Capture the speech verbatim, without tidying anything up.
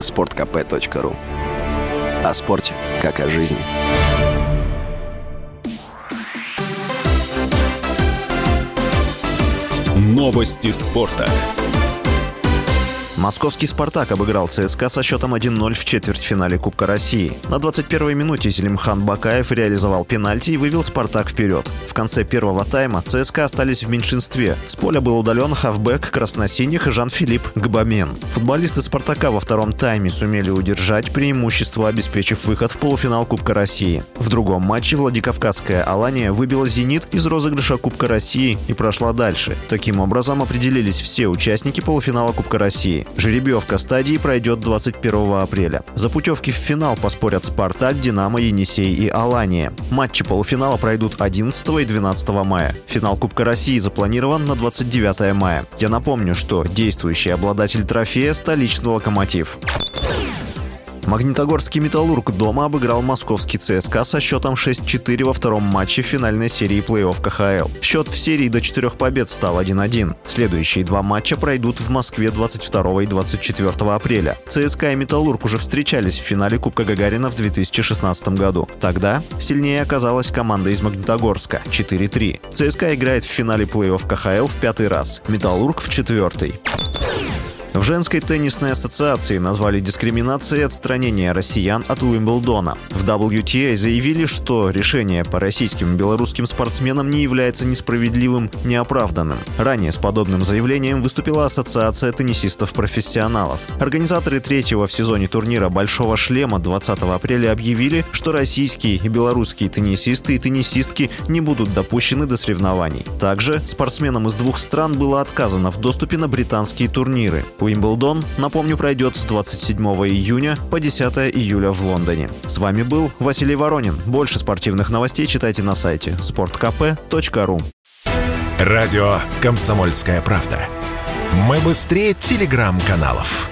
спорт ка пэ точка ру. О спорте, как о жизни. Новости спорта. Московский «Спартак» обыграл ЦСКА со счетом один ноль в четвертьфинале Кубка России. На двадцать первой минуте Зелимхан Бакаев реализовал пенальти и вывел «Спартак» вперед. В конце первого тайма ЦСКА остались в меньшинстве. С поля был удален хавбэк красносиних Жан-Филипп Гбамен. Футболисты «Спартака» во втором тайме сумели удержать преимущество, обеспечив выход в полуфинал Кубка России. В другом матче Владикавказская «Алания» выбила «Зенит» из розыгрыша Кубка России и прошла дальше. Таким образом определились все участники полуфинала Кубка России. Жеребьевка стадии пройдет двадцать первого апреля. За путевки в финал поспорят «Спартак», «Динамо», «Енисей» и «Алания». Матчи полуфинала пройдут одиннадцатого и двенадцатого мая. Финал Кубка России запланирован на двадцать девятое мая. Я напомню, что действующий обладатель трофея – столичный «Локомотив». Магнитогорский «Металлург» дома обыграл московский ЦСКА со счетом шесть четыре во втором матче финальной серии плей-офф ка ха эл. Счет в серии до четырех побед стал один один. Следующие два матча пройдут в Москве двадцать второго и двадцать четвертого апреля. ЦСКА и «Металлург» уже встречались в финале Кубка Гагарина в две тысячи шестнадцатом году. Тогда сильнее оказалась команда из Магнитогорска – четыре три. ЦСКА играет в финале плей-офф ка ха эл в пятый раз, «Металлург» в четвертый. В женской теннисной ассоциации назвали дискриминацией отстранение россиян от Уимблдона. В дабл ю ти эй заявили, что решение по российским и белорусским спортсменам не является несправедливым, неоправданным. Ранее с подобным заявлением выступила Ассоциация теннисистов-профессионалов. Организаторы третьего в сезоне турнира «Большого шлема» двадцатого апреля объявили, что российские и белорусские теннисисты и теннисистки не будут допущены до соревнований. Также спортсменам из двух стран было отказано в доступе на британские турниры. Уимблдон, напомню, пройдет с двадцать седьмого июня по десятого июля в Лондоне. С вами был Василий Воронин. Больше спортивных новостей читайте на сайте спорт ка пэ точка ру. Радио «Комсомольская правда». Мы быстрее телеграм-каналов.